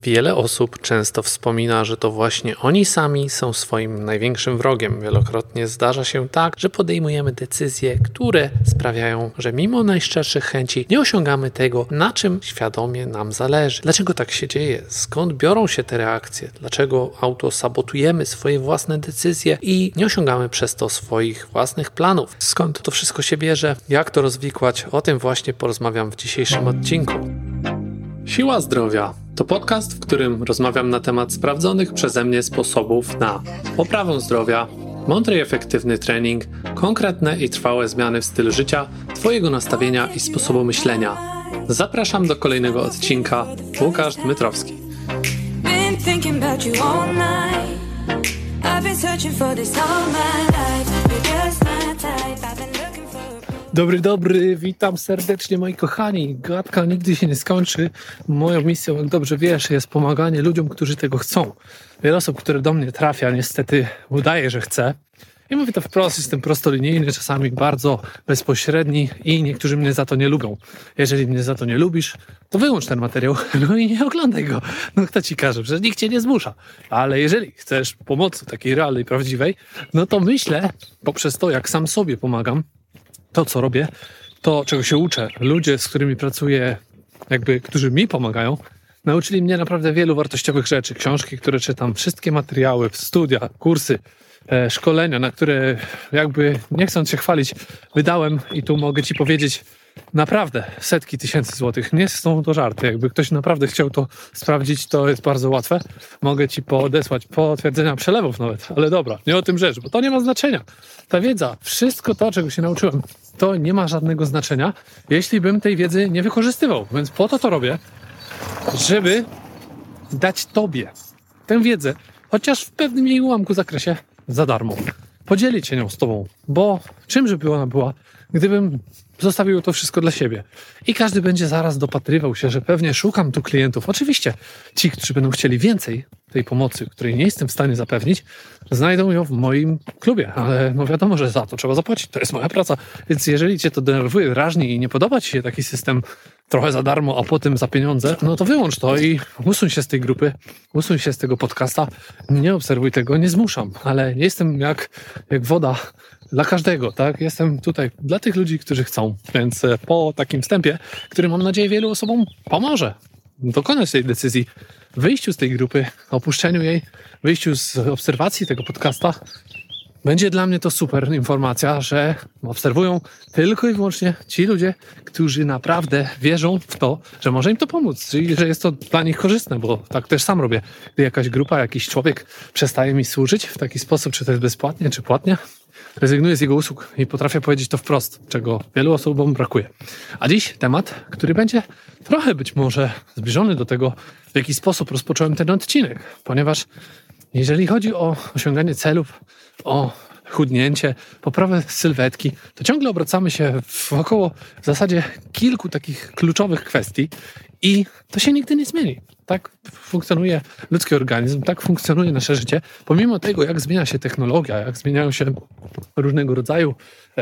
Wiele osób często wspomina, że to właśnie oni sami są swoim największym wrogiem. Wielokrotnie zdarza się tak, że podejmujemy decyzje, które sprawiają, że mimo najszczerszych chęci nie osiągamy tego, na czym świadomie nam zależy. Dlaczego tak się dzieje? Skąd biorą się te reakcje? Dlaczego autosabotujemy swoje własne decyzje i nie osiągamy przez to swoich własnych planów? Skąd to wszystko się bierze? Jak to rozwikłać? O tym właśnie porozmawiam w dzisiejszym odcinku. Siła Zdrowia to podcast, w którym rozmawiam na temat sprawdzonych przeze mnie sposobów na poprawę zdrowia, mądry i efektywny trening, konkretne i trwałe zmiany w stylu życia, Twojego nastawienia i sposobu myślenia. Zapraszam do kolejnego odcinka. Łukasz Dmytrowski. Dobry, witam serdecznie moi kochani. Gadka nigdy się nie skończy. Moją misją, jak dobrze wiesz, jest pomaganie ludziom, którzy tego chcą. Wiele osób, które do mnie trafia, niestety udaje, że chce. I mówię to wprost, jestem prostolinijny, czasami bardzo bezpośredni i niektórzy mnie za to nie lubią. Jeżeli mnie za to nie lubisz, to wyłącz ten materiał, no i nie oglądaj go. No kto ci każe, przecież nikt cię nie zmusza. Ale jeżeli chcesz pomocy takiej realnej, prawdziwej, no to myślę, poprzez to, jak sam sobie pomagam, to, co robię, to, czego się uczę, ludzie, z którymi pracuję, którzy mi pomagają, nauczyli mnie naprawdę wielu wartościowych rzeczy. Książki, które czytam, wszystkie materiały, studia, kursy, szkolenia, na które nie chcąc się chwalić, wydałem i tu mogę Ci powiedzieć naprawdę setki tysięcy złotych. Nie są to żarty. Jakby ktoś naprawdę chciał to sprawdzić, to jest bardzo łatwe. Mogę Ci podesłać potwierdzenia przelewów nawet, ale dobra, nie o tym rzecz, bo to nie ma znaczenia. Ta wiedza, wszystko to, czego się nauczyłem, to nie ma żadnego znaczenia, jeśli bym tej wiedzy nie wykorzystywał. Więc po to robię, żeby dać Tobie tę wiedzę, chociaż w pewnym jej ułamku zakresie, za darmo. Podzielić się nią z Tobą, bo czymże by ona była, gdybym zostawił to wszystko dla siebie. I każdy będzie zaraz dopatrywał się, że pewnie szukam tu klientów. Oczywiście ci, którzy będą chcieli więcej tej pomocy, której nie jestem w stanie zapewnić, znajdą ją w moim klubie. Ale no wiadomo, że za to trzeba zapłacić. To jest moja praca. Więc jeżeli Cię to denerwuje, drażni i nie podoba Ci się taki system trochę za darmo, a potem za pieniądze, no to wyłącz to i usuń się z tej grupy, usuń się z tego podcasta. Nie obserwuj tego, nie zmuszam. Ale jestem jak woda dla każdego, tak? Jestem tutaj dla tych ludzi, którzy chcą. Więc po takim wstępie, który mam nadzieję wielu osobom pomoże dokonać tej decyzji, wyjściu z tej grupy, opuszczeniu jej, wyjściu z obserwacji tego podcasta, będzie dla mnie to super informacja, że obserwują tylko i wyłącznie ci ludzie, którzy naprawdę wierzą w to, że może im to pomóc, czyli że jest to dla nich korzystne, bo tak też sam robię. Gdy jakaś grupa, jakiś człowiek przestaje mi służyć w taki sposób, czy to jest bezpłatnie, czy płatnie, rezygnuję z jego usług i potrafię powiedzieć to wprost, czego wielu osobom brakuje. A dziś temat, który będzie trochę być może zbliżony do tego, w jaki sposób rozpocząłem ten odcinek, ponieważ jeżeli chodzi o osiąganie celów, o chudnięcie, poprawę sylwetki, to ciągle obracamy się wokoło w zasadzie kilku takich kluczowych kwestii i to się nigdy nie zmieni. Tak funkcjonuje ludzki organizm, tak funkcjonuje nasze życie. Pomimo tego, jak zmienia się technologia, jak zmieniają się różnego rodzaju,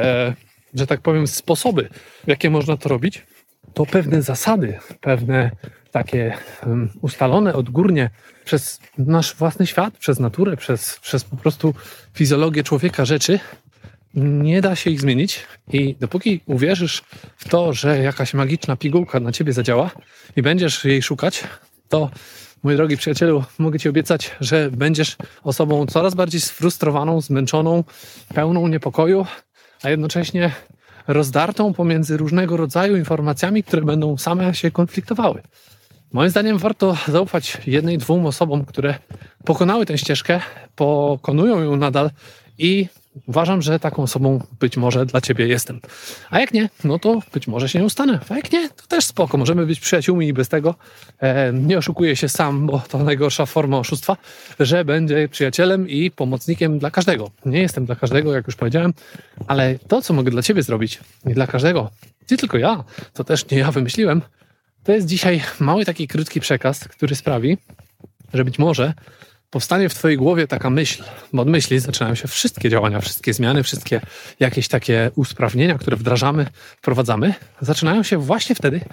że tak powiem, sposoby, w jakie można to robić, to pewne zasady, pewne takie ustalone odgórnie przez nasz własny świat, przez naturę, przez po prostu fizjologię człowieka rzeczy, nie da się ich zmienić i dopóki uwierzysz w to, że jakaś magiczna pigułka na ciebie zadziała i będziesz jej szukać, to, mój drogi przyjacielu, mogę Ci obiecać, że będziesz osobą coraz bardziej sfrustrowaną, zmęczoną, pełną niepokoju, a jednocześnie rozdartą pomiędzy różnego rodzaju informacjami, które będą same się konfliktowały. Moim zdaniem warto zaufać jednej, dwóm osobom, które pokonały tę ścieżkę, pokonują ją nadal i uważam, że taką osobą być może dla Ciebie jestem. A jak nie, no to być może się nią stanę. A jak nie, to też spoko. Możemy być przyjaciółmi i bez tego. Nie oszukuję się sam, bo to najgorsza forma oszustwa, że będzie przyjacielem i pomocnikiem dla każdego. Nie jestem dla każdego, jak już powiedziałem, ale to, co mogę dla Ciebie zrobić i dla każdego, nie tylko ja, to też nie ja wymyśliłem, to jest dzisiaj mały taki krótki przekaz, który sprawi, że być może powstanie w Twojej głowie taka myśl, bo od myśli zaczynają się wszystkie działania, wszystkie zmiany, wszystkie jakieś takie usprawnienia, które wdrażamy, wprowadzamy, zaczynają się właśnie wtedy,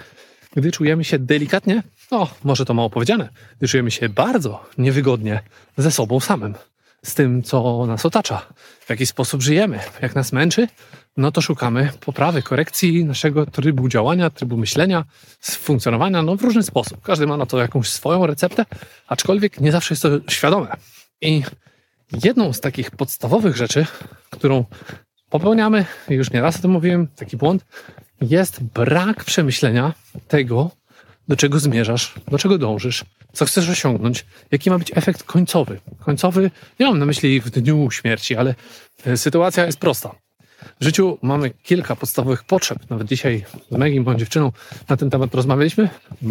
gdy czujemy się delikatnie, może to mało powiedziane, gdy czujemy się bardzo niewygodnie ze sobą samym, z tym, co nas otacza, w jaki sposób żyjemy, jak nas męczy, to szukamy poprawy, korekcji naszego trybu działania, trybu myślenia, funkcjonowania, w różny sposób. Każdy ma na to jakąś swoją receptę, aczkolwiek nie zawsze jest to świadome. I jedną z takich podstawowych rzeczy, którą popełniamy, już nieraz o tym mówiłem, taki błąd, jest brak przemyślenia tego, do czego zmierzasz, do czego dążysz, co chcesz osiągnąć, jaki ma być efekt końcowy. Końcowy, nie mam na myśli w dniu śmierci, ale sytuacja jest prosta. W życiu mamy kilka podstawowych potrzeb. Nawet dzisiaj z Megim, moją dziewczyną, na ten temat rozmawialiśmy.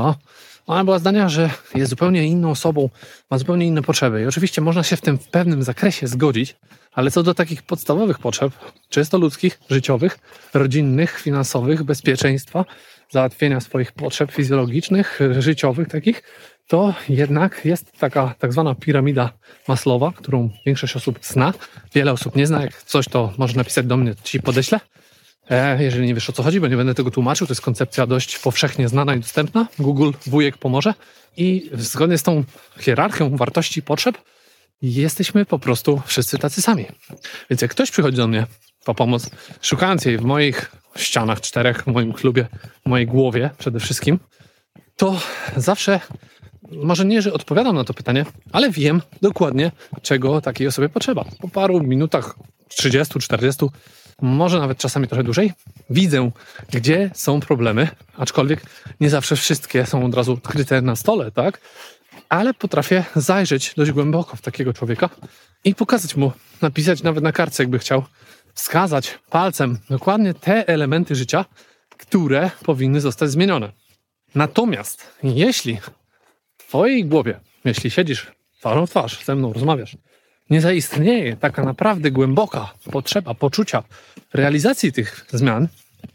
Ona była zdania, że jest zupełnie inną osobą, ma zupełnie inne potrzeby. I oczywiście można się w tym w pewnym zakresie zgodzić, ale co do takich podstawowych potrzeb, czysto ludzkich, życiowych, rodzinnych, finansowych, bezpieczeństwa, załatwienia swoich potrzeb fizjologicznych, życiowych takich, to jednak jest taka tak zwana piramida Maslowa, którą większość osób zna. Wiele osób nie zna. Jak coś, to może napisać do mnie, to ci podeślę. Jeżeli nie wiesz, o co chodzi, bo nie będę tego tłumaczył, to jest koncepcja dość powszechnie znana i dostępna. Google, wujek pomoże. I zgodnie z tą hierarchią wartości potrzeb jesteśmy po prostu wszyscy tacy sami. Więc jak ktoś przychodzi do mnie po pomoc, szukając jej w moich ścianach 4, w moim klubie, w mojej głowie przede wszystkim, to zawsze, może nie, że odpowiadam na to pytanie, ale wiem dokładnie, czego takiej osobie potrzeba. Po paru minutach, 30, 40, może nawet czasami trochę dłużej, widzę, gdzie są problemy, aczkolwiek nie zawsze wszystkie są od razu odkryte na stole, tak? Ale potrafię zajrzeć dość głęboko w takiego człowieka i pokazać mu, napisać nawet na kartce, jakby chciał, wskazać palcem dokładnie te elementy życia, które powinny zostać zmienione. Natomiast jeśli w twojej głowie, jeśli siedzisz twarzą w twarz, ze mną rozmawiasz, nie zaistnieje taka naprawdę głęboka potrzeba, poczucia realizacji tych zmian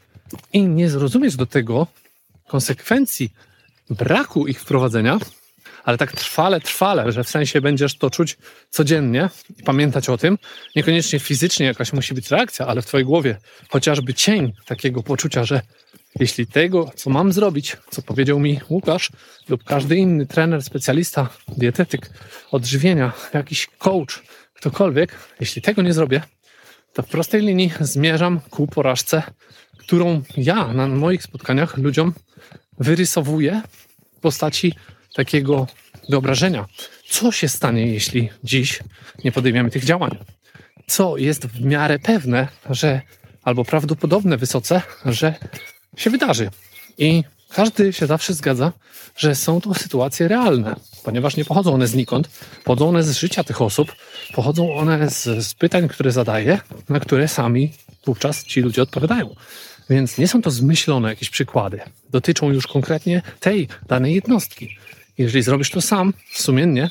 i nie zrozumiesz do tego konsekwencji braku ich wprowadzenia, ale tak trwale, że w sensie będziesz to czuć codziennie i pamiętać o tym, niekoniecznie fizycznie jakaś musi być reakcja, ale w twojej głowie chociażby cień takiego poczucia, że jeśli tego, co mam zrobić, co powiedział mi Łukasz lub każdy inny trener, specjalista, dietetyk, odżywienia, jakiś coach, ktokolwiek, jeśli tego nie zrobię, to w prostej linii zmierzam ku porażce, którą ja na moich spotkaniach ludziom wyrysowuję w postaci takiego wyobrażenia, co się stanie, jeśli dziś nie podejmiemy tych działań. Co jest w miarę pewne, że albo prawdopodobne wysoce, że się wydarzy. I każdy się zawsze zgadza, że są to sytuacje realne, ponieważ nie pochodzą one znikąd, pochodzą one z życia tych osób, pochodzą one z pytań, które zadaję, na które sami wówczas ci ludzie odpowiadają. Więc nie są to zmyślone jakieś przykłady. Dotyczą już konkretnie tej danej jednostki. Jeżeli zrobisz to sam, sumiennie,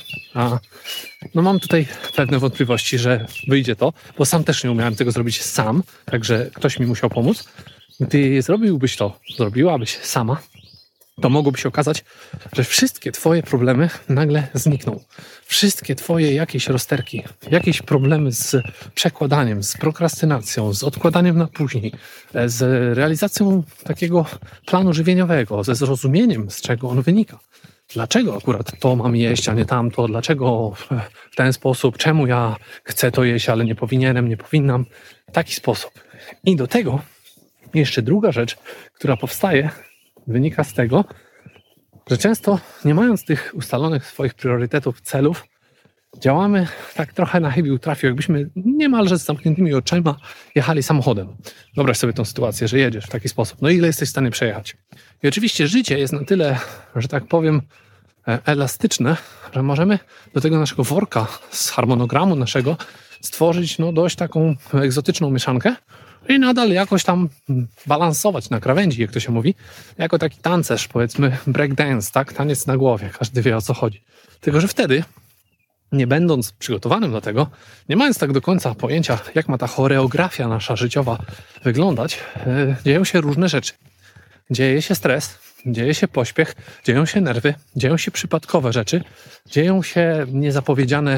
mam tutaj pewne wątpliwości, że wyjdzie to, bo sam też nie umiałem tego zrobić sam, także ktoś mi musiał pomóc. Gdy zrobiłabyś sama, to mogłoby się okazać, że wszystkie twoje problemy nagle znikną. Wszystkie twoje jakieś rozterki, jakieś problemy z przekładaniem, z prokrastynacją, z odkładaniem na później, z realizacją takiego planu żywieniowego, ze zrozumieniem, z czego on wynika. Dlaczego akurat to mam jeść, a nie tamto? Dlaczego w ten sposób? Czemu ja chcę to jeść, ale nie powinienem, nie powinnam? W taki sposób. I do tego jeszcze druga rzecz, która powstaje, wynika z tego, że często nie mając tych ustalonych swoich priorytetów, celów, działamy tak trochę na chybił trafił, jakbyśmy niemalże z zamkniętymi oczyma jechali samochodem. Wyobraź sobie tą sytuację, że jedziesz w taki sposób. No ile jesteś w stanie przejechać? I oczywiście życie jest na tyle, że tak powiem, elastyczne, że możemy do tego naszego worka z harmonogramu naszego stworzyć dość taką egzotyczną mieszankę i nadal jakoś tam balansować na krawędzi, jak to się mówi, jako taki tancerz, powiedzmy breakdance, tak? Taniec na głowie, każdy wie, o co chodzi. Tylko że wtedy, nie będąc przygotowanym do tego, nie mając tak do końca pojęcia, jak ma ta choreografia nasza życiowa wyglądać, dzieją się różne rzeczy. Dzieje się stres, dzieje się pośpiech, dzieją się nerwy, dzieją się przypadkowe rzeczy, dzieją się niezapowiedziane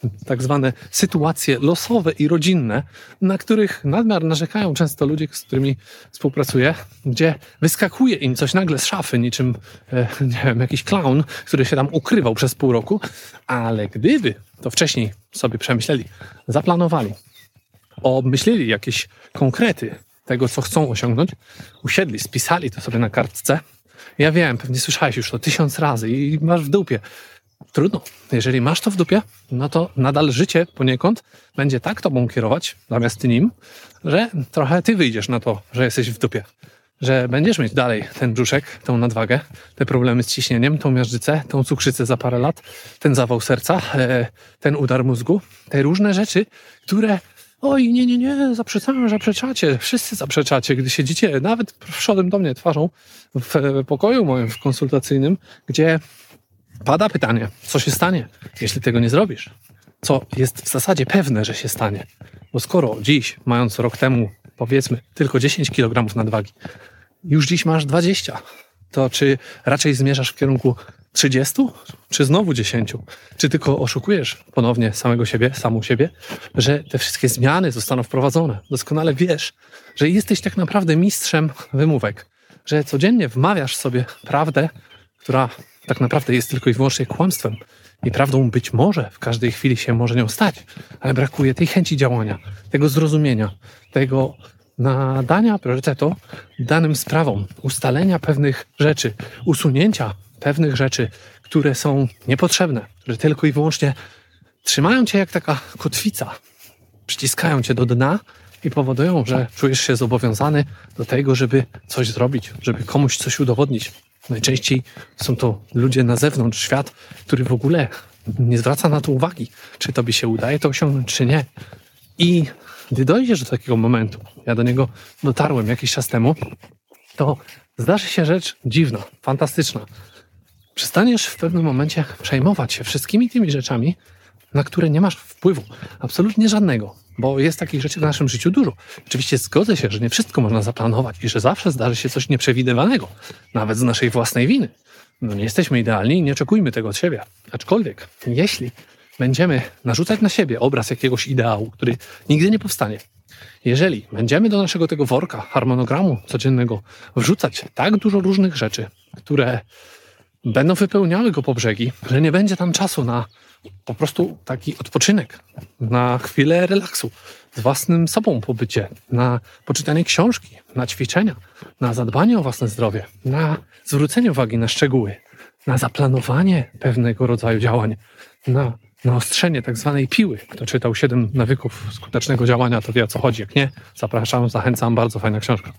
tak zwane sytuacje losowe i rodzinne, na których nadmiar narzekają często ludzie, z którymi współpracuję, gdzie wyskakuje im coś nagle z szafy, niczym nie wiem, jakiś klaun, który się tam ukrywał przez pół roku, ale gdyby to wcześniej sobie przemyśleli, zaplanowali, obmyślili jakieś konkrety tego, co chcą osiągnąć, usiedli, spisali to sobie na kartce. Ja wiem, pewnie słyszałeś już to 1000 razy i masz w dupie. Trudno. Jeżeli masz to w dupie, no to nadal życie poniekąd będzie tak tobą kierować, zamiast ty nim, że trochę ty wyjdziesz na to, że jesteś w dupie. Że będziesz mieć dalej ten brzuszek, tą nadwagę, te problemy z ciśnieniem, tą miażdżycę, tą cukrzycę za parę lat, ten zawał serca, ten udar mózgu, te różne rzeczy, które oj, nie, zaprzeczacie, wszyscy zaprzeczacie, gdy siedzicie nawet przodem do mnie twarzą w pokoju moim konsultacyjnym, gdzie pada pytanie, co się stanie, jeśli tego nie zrobisz? Co jest w zasadzie pewne, że się stanie. Bo skoro dziś, mając rok temu, powiedzmy, tylko 10 kg nadwagi, już dziś masz 20, to czy raczej zmierzasz w kierunku 30, czy znowu 10? Czy tylko oszukujesz ponownie samego siebie, samą siebie, że te wszystkie zmiany zostaną wprowadzone? Doskonale wiesz, że jesteś tak naprawdę mistrzem wymówek, że codziennie wmawiasz sobie prawdę, która tak naprawdę jest tylko i wyłącznie kłamstwem. I prawdą być może w każdej chwili się może nią stać, ale brakuje tej chęci działania, tego zrozumienia, tego nadania priorytetu danym sprawom, ustalenia pewnych rzeczy, usunięcia pewnych rzeczy, które są niepotrzebne, które tylko i wyłącznie trzymają cię jak taka kotwica, przyciskają cię do dna i powodują, że czujesz się zobowiązany do tego, żeby coś zrobić, żeby komuś coś udowodnić. Najczęściej są to ludzie na zewnątrz, świat, który w ogóle nie zwraca na to uwagi, czy tobie się udaje to osiągnąć, czy nie. I gdy dojdziesz do takiego momentu, ja do niego dotarłem jakiś czas temu, to zdarzy się rzecz dziwna, fantastyczna. Przestaniesz w pewnym momencie przejmować się wszystkimi tymi rzeczami, na które nie masz wpływu, absolutnie żadnego, bo jest takich rzeczy w naszym życiu dużo. Oczywiście zgodzę się, że nie wszystko można zaplanować i że zawsze zdarzy się coś nieprzewidywanego, nawet z naszej własnej winy. No nie jesteśmy idealni i nie oczekujmy tego od siebie. Aczkolwiek, jeśli będziemy narzucać na siebie obraz jakiegoś ideału, który nigdy nie powstanie, jeżeli będziemy do naszego tego worka, harmonogramu codziennego wrzucać tak dużo różnych rzeczy, które będą wypełniały go po brzegi, że nie będzie tam czasu na po prostu taki odpoczynek, na chwilę relaksu, z własnym sobą pobycie, na poczytanie książki, na ćwiczenia, na zadbanie o własne zdrowie, na zwrócenie uwagi na szczegóły, na zaplanowanie pewnego rodzaju działań, na naostrzenie tak zwanej piły. Kto czytał 7 nawyków skutecznego działania, to wie, o co chodzi. Jak nie, zapraszam, zachęcam, bardzo fajna książka.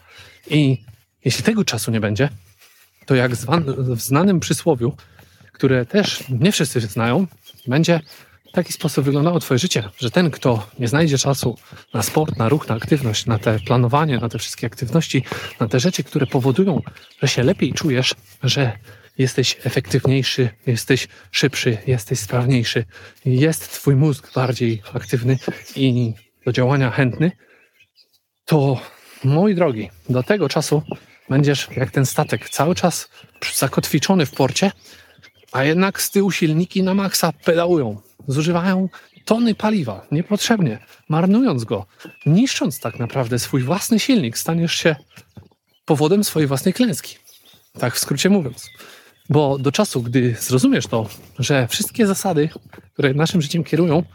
I jeśli tego czasu nie będzie, to jak w znanym przysłowiu, które też nie wszyscy znają, będzie w taki sposób wyglądało twoje życie, że ten, kto nie znajdzie czasu na sport, na ruch, na aktywność, na te planowanie, na te wszystkie aktywności, na te rzeczy, które powodują, że się lepiej czujesz, że jesteś efektywniejszy, jesteś szybszy, jesteś sprawniejszy, jest twój mózg bardziej aktywny i do działania chętny, to mój drogi, do tego czasu będziesz jak ten statek, cały czas zakotwiczony w porcie, a jednak z tyłu silniki na maksa pedałują, zużywają tony paliwa niepotrzebnie, marnując go, niszcząc tak naprawdę swój własny silnik, staniesz się powodem swojej własnej klęski. Tak w skrócie mówiąc. Bo do czasu, gdy zrozumiesz to, że wszystkie zasady, które naszym życiem kierują,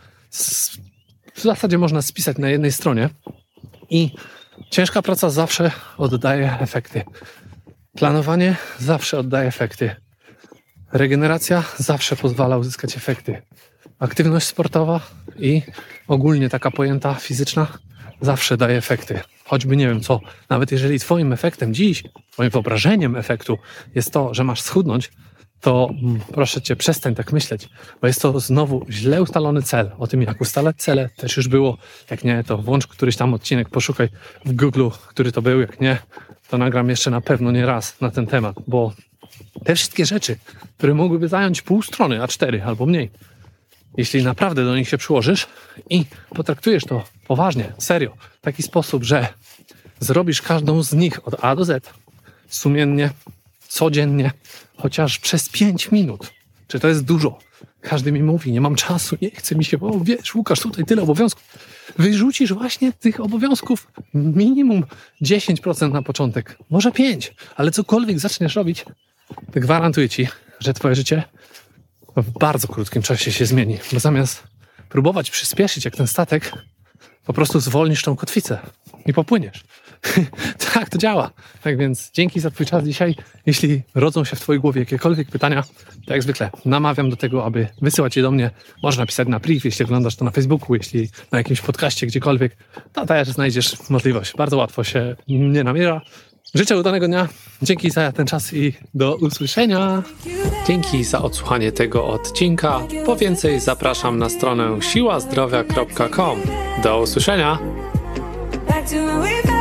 w zasadzie można spisać na jednej stronie i ciężka praca zawsze oddaje efekty. Planowanie zawsze oddaje efekty. Regeneracja zawsze pozwala uzyskać efekty. Aktywność sportowa i ogólnie taka pojęta fizyczna zawsze daje efekty. Choćby nie wiem co, nawet jeżeli twoim efektem dziś, twoim wyobrażeniem efektu jest to, że masz schudnąć, to proszę cię, przestań tak myśleć, bo jest to znowu źle ustalony cel. O tym, jak ustalać cele, też już było. Jak nie, to włącz któryś tam odcinek, poszukaj w Google, który to był. Jak nie, to nagram jeszcze na pewno nie raz na ten temat, bo te wszystkie rzeczy, które mogłyby zająć pół strony, A4 albo mniej, jeśli naprawdę do nich się przyłożysz i potraktujesz to poważnie, serio, w taki sposób, że zrobisz każdą z nich od A do Z, sumiennie, codziennie, chociaż przez 5 minut. Czy to jest dużo? Każdy mi mówi, nie mam czasu, nie chce mi się, bo wiesz, Łukasz, tutaj tyle obowiązków. Wyrzucisz właśnie tych obowiązków minimum 10% na początek, może 5%, ale cokolwiek zaczniesz robić, to gwarantuję ci, że twoje życie w bardzo krótkim czasie się zmieni, bo zamiast próbować przyspieszyć jak ten statek, po prostu zwolnisz tą kotwicę i popłyniesz. Tak to działa. Tak więc dzięki za twój czas dzisiaj. Jeśli rodzą się w twojej głowie jakiekolwiek pytania, to jak zwykle namawiam do tego, aby wysyłać je do mnie. Można napisać na priv, jeśli oglądasz to na Facebooku, jeśli na jakimś podcaście, gdziekolwiek, to też znajdziesz możliwość. Bardzo łatwo się mnie namierza. Życzę udanego dnia. Dzięki za ten czas i do usłyszenia. Dzięki za odsłuchanie tego odcinka. Po więcej zapraszam na stronę siłazdrowia.com. Do usłyszenia.